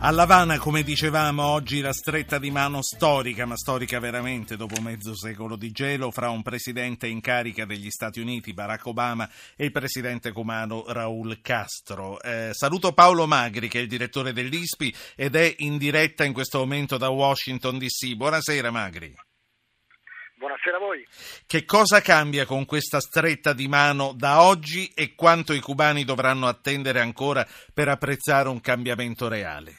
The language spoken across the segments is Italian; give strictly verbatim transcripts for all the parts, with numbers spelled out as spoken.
A L'Avana, come dicevamo, oggi la stretta di mano storica, ma storica veramente, dopo mezzo secolo di gelo, fra un presidente in carica degli Stati Uniti, Barack Obama, e il presidente cubano Raúl Castro. Eh, saluto Paolo Magri, che è il direttore dell'I S P I ed è in diretta in questo momento da Washington D C. Buonasera Magri. Buonasera a voi. Che cosa cambia con questa stretta di mano da oggi e quanto i cubani dovranno attendere ancora per apprezzare un cambiamento reale?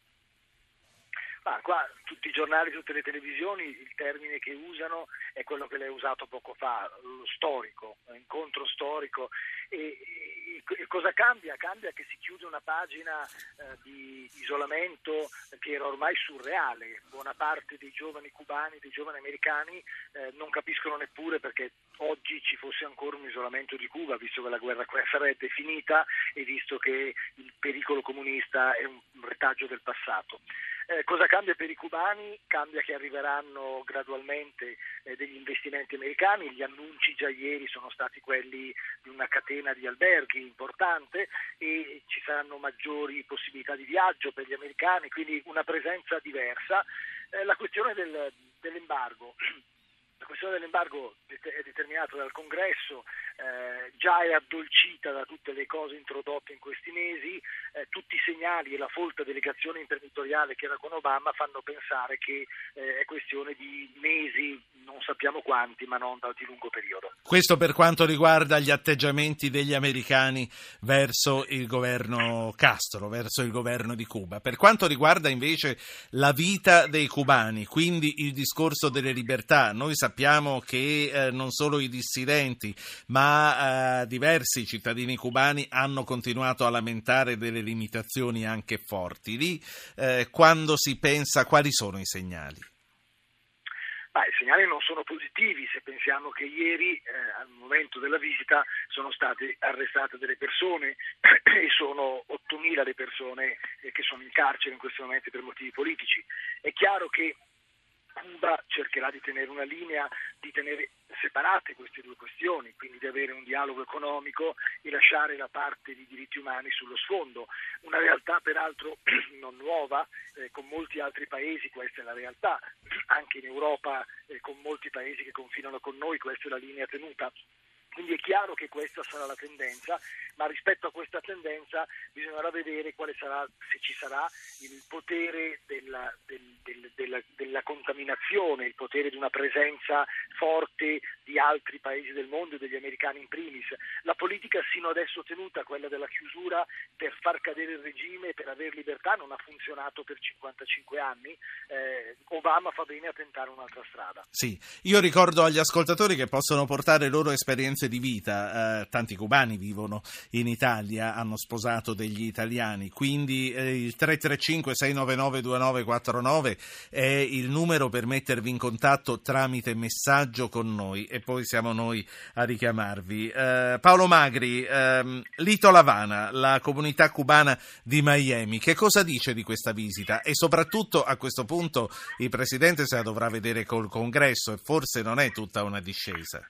Ma qua tutti i giornali, tutte le televisioni, il termine che usano è quello che lei ha usato poco fa, lo storico, incontro storico. E, e, e cosa cambia? Cambia che si chiude una pagina eh, di isolamento che era ormai surreale. Buona parte dei giovani cubani, dei giovani americani eh, non capiscono neppure perché oggi ci fosse ancora un isolamento di Cuba, visto che la guerra fredda è finita e visto che il pericolo comunista è un retaggio del passato. Eh, cosa cambia per i cubani? Cambia che arriveranno gradualmente eh, degli investimenti americani. Gli annunci già ieri sono stati quelli di una catena di alberghi importante e ci saranno maggiori possibilità di viaggio per gli americani, quindi una presenza diversa. Eh, la questione del, dell'embargo. La questione dell'embargo è determinata dal Congresso, eh, già è addolcita da tutte le cose introdotte in questi mesi, eh, tutti i segnali e la folta delegazione imprenditoriale che era con Obama fanno pensare che eh, è questione di mesi, non sappiamo quanti, ma non di lungo periodo. Questo per quanto riguarda gli atteggiamenti degli americani verso il governo Castro, verso il governo di Cuba. Per quanto riguarda invece la vita dei cubani, quindi il discorso delle libertà, noi sappiamo Sappiamo che eh, non solo i dissidenti, ma eh, diversi cittadini cubani hanno continuato a lamentare delle limitazioni anche forti. Lì, eh, quando si pensa, quali sono i segnali? Ma i segnali non sono positivi se pensiamo che ieri, eh, al momento della visita, sono state arrestate delle persone e sono ottomila le persone eh, che sono in carcere in questi momenti per motivi politici. È chiaro che Cuba cercherà di tenere una linea, di tenere separate queste due questioni, quindi di avere un dialogo economico e lasciare la parte di diritti umani sullo sfondo. Una realtà peraltro non nuova, eh, con molti altri paesi questa è la realtà, anche in Europa eh, con molti paesi che confinano con noi questa è la linea tenuta. Quindi è chiaro che questa sarà la tendenza, ma rispetto a questa tendenza bisognerà vedere quale sarà, se ci sarà, il potere della, del, del, della, della contaminazione, il potere di una presenza forte di altri paesi del mondo e degli americani in primis. La politica sino adesso tenuta, quella della chiusura per far cadere il regime e per avere libertà, non ha funzionato per cinquantacinque anni. Eh, Obama fa bene a tentare un'altra strada. Sì, io ricordo agli ascoltatori che possono portare loro esperienze di vita, eh, tanti cubani vivono in Italia, hanno sposato degli italiani, quindi eh, il tre tre cinque sei nove nove due nove quattro nove è il numero per mettervi in contatto tramite messaggio con noi e poi siamo noi a richiamarvi. Eh, Paolo Magri, ehm, Lito L'Avana, la comunità cubana di Miami, che cosa dice di questa visita? E soprattutto a questo punto il Presidente se la dovrà vedere col Congresso e forse non è tutta una discesa.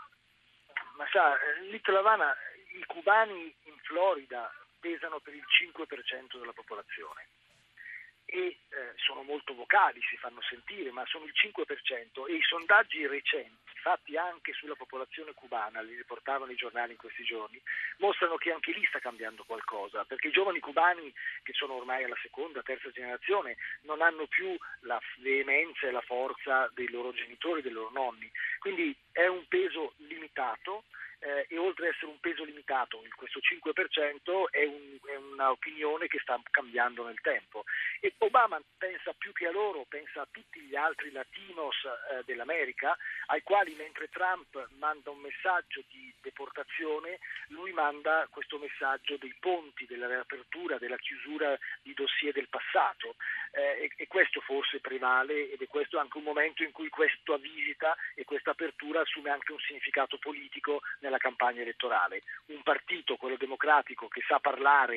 Sa, Lito L'Avana, i cubani in Florida pesano per il cinque per cento della popolazione e eh, sono molto vocali, si fanno sentire, ma sono il cinque per cento e i sondaggi recenti, fatti anche sulla popolazione cubana, li riportavano i giornali in questi giorni, mostrano che anche lì sta cambiando qualcosa, perché i giovani cubani, che sono ormai alla seconda, terza generazione, non hanno più la veemenza e la forza dei loro genitori, dei loro nonni, quindi è un peso limitato. Eh, e oltre ad essere un peso limitato, questo cinque per cento è, un, è un'opinione che sta cambiando nel tempo e Obama pensa più che a loro, pensa a tutti gli altri latinos eh, dell'America, ai quali mentre Trump manda un messaggio di deportazione, lui manda questo messaggio dei ponti, della riapertura, della chiusura di dossier del passato eh, e, e questo forse prevale ed è questo anche un momento in cui questa visita e questa apertura assume anche un significato politico nella campagna elettorale. Un partito, quello democratico, che sa parlare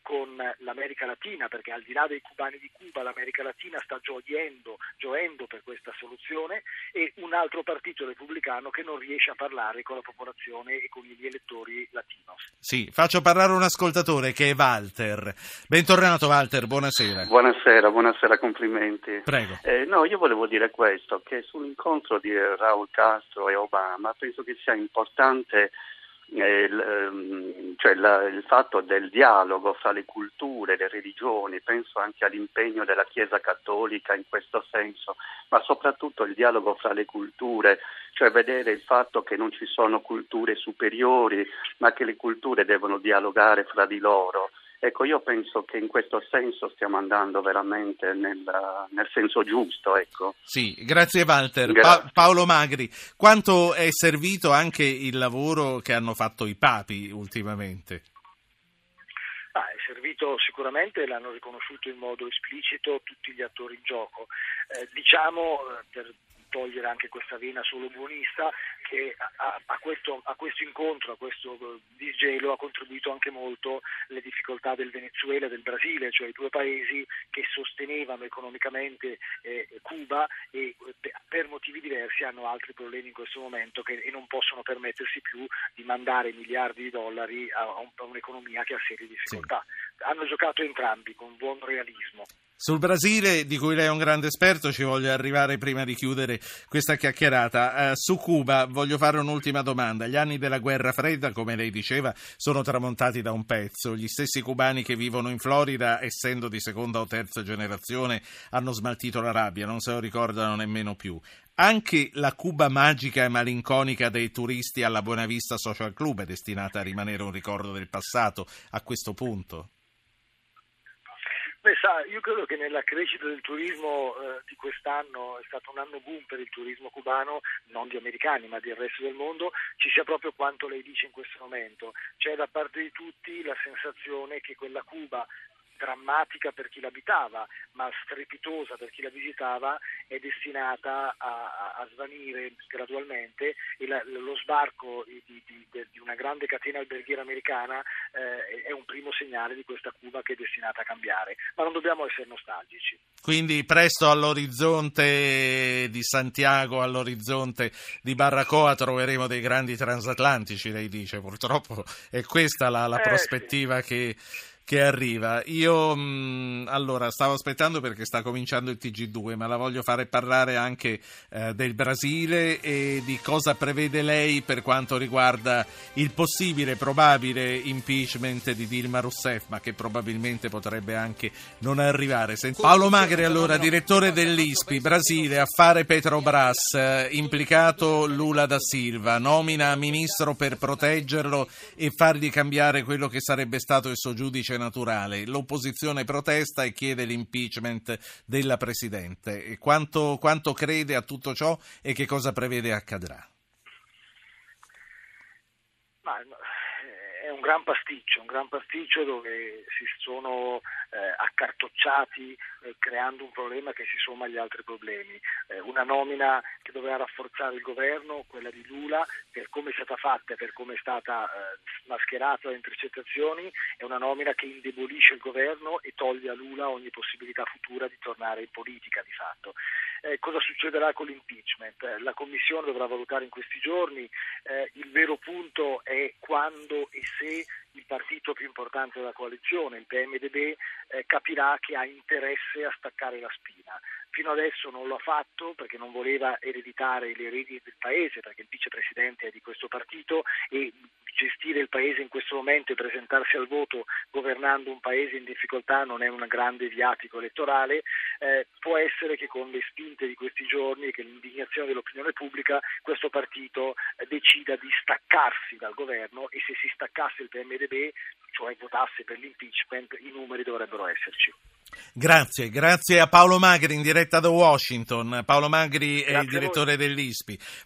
con l'America Latina, perché al di là dei cubani di Cuba l'America Latina sta gioiendo, gioendo per questa soluzione, e un altro partito repubblicano che non riesce a parlare con la popolazione e con gli elettori latinos. Sì, faccio parlare un ascoltatore che è Walter. Bentornato Walter, buonasera. Buonasera, buonasera, complimenti. Prego. Eh, no, io volevo dire questo, che sull'incontro di Raul Castro e Obama penso che sia importante Eh, il, cioè la, il fatto del dialogo fra le culture, le religioni, penso anche all'impegno della Chiesa Cattolica in questo senso, ma soprattutto il dialogo fra le culture, cioè vedere il fatto che non ci sono culture superiori, ma che le culture devono dialogare fra di loro. Ecco, io penso che in questo senso stiamo andando veramente nel, nel senso giusto, ecco. Sì, grazie Walter. Grazie. Pa- Paolo Magri, quanto è servito anche il lavoro che hanno fatto i papi ultimamente? Ah, è servito sicuramente, l'hanno riconosciuto in modo esplicito tutti gli attori in gioco. Eh, diciamo, per togliere anche questa vena solo buonista, che a, a, questo, a questo incontro, a questo disgelo ha contribuito anche molto le difficoltà del Venezuela e del Brasile, cioè i due paesi che sostenevano economicamente eh, Cuba e per motivi diversi hanno altri problemi in questo momento che, e non possono permettersi più di mandare miliardi di dollari a, a, un, a un'economia che ha serie difficoltà. Sì. Hanno giocato entrambi con buon realismo. Sul Brasile, di cui lei è un grande esperto, ci voglio arrivare prima di chiudere questa chiacchierata. Uh, su Cuba voglio fare un'ultima domanda. Gli anni della guerra fredda, come lei diceva, sono tramontati da un pezzo. Gli stessi cubani che vivono in Florida, essendo di seconda o terza generazione, hanno smaltito la rabbia, non se lo ricordano nemmeno più. Anche la Cuba magica e malinconica dei turisti alla Buenavista Social Club è destinata a rimanere un ricordo del passato a questo punto? Beh, sa, io credo che nella crescita del turismo eh, di quest'anno, è stato un anno boom per il turismo cubano, non di americani ma del resto del mondo, ci sia proprio quanto lei dice in questo momento. C'è da parte di tutti la sensazione che quella Cuba drammatica per chi l'abitava, ma strepitosa per chi la visitava, è destinata a, a svanire gradualmente, e la, lo sbarco di, di, di una grande catena alberghiera americana eh, è un primo segnale di questa Cuba che è destinata a cambiare, ma non dobbiamo essere nostalgici. Quindi presto all'orizzonte di Santiago, all'orizzonte di Barracoa troveremo dei grandi transatlantici, lei dice, purtroppo è questa la, la eh, prospettiva sì. che... che arriva. Io mh, allora stavo aspettando perché sta cominciando il T G due, ma la voglio fare parlare anche eh, del Brasile e di cosa prevede lei per quanto riguarda il possibile, probabile impeachment di Dilma Rousseff, ma che probabilmente potrebbe anche non arrivare. Sent- Paolo Magri, allora, direttore dell'I S P I, Brasile, affare Petrobras, eh, implicato Lula da Silva, nomina ministro per proteggerlo e fargli cambiare quello che sarebbe stato il suo giudice naturale. L'opposizione protesta e chiede l'impeachment della Presidente. E quanto, quanto crede a tutto ciò e che cosa prevede accadrà? Ma è un gran pasticcio, un gran pasticcio dove si sono eh, accartocciati eh, creando un problema che si somma agli altri problemi. Eh, una nomina che doveva rafforzare il governo, quella di Lula, per come è stata fatta e per come è stata eh, mascherata dalle intercettazioni, è una nomina che indebolisce il governo e toglie a Lula ogni possibilità futura di tornare in politica di fatto. Eh, cosa succederà con l'impeachment? Eh, la Commissione dovrà valutare in questi giorni, eh, il vero punto è quando e se il partito più importante della coalizione, il P M D B, eh, capirà che ha interesse a staccare la spina. Fino adesso non lo ha fatto perché non voleva ereditare le redini del paese, perché il vicepresidente è di questo partito e gestire il paese in questo momento e presentarsi al voto governando un paese in difficoltà non è un grande viatico elettorale. Eh, può essere che con le spinte di questi giorni e che l'indignazione dell'opinione pubblica questo partito eh, decida di staccarsi dal governo, e se si staccasse il P M D B, cioè votasse per l'impeachment, i numeri dovrebbero esserci. Grazie, grazie a Paolo Magri in diretta da Washington. Paolo Magri è il direttore dell'I S P I.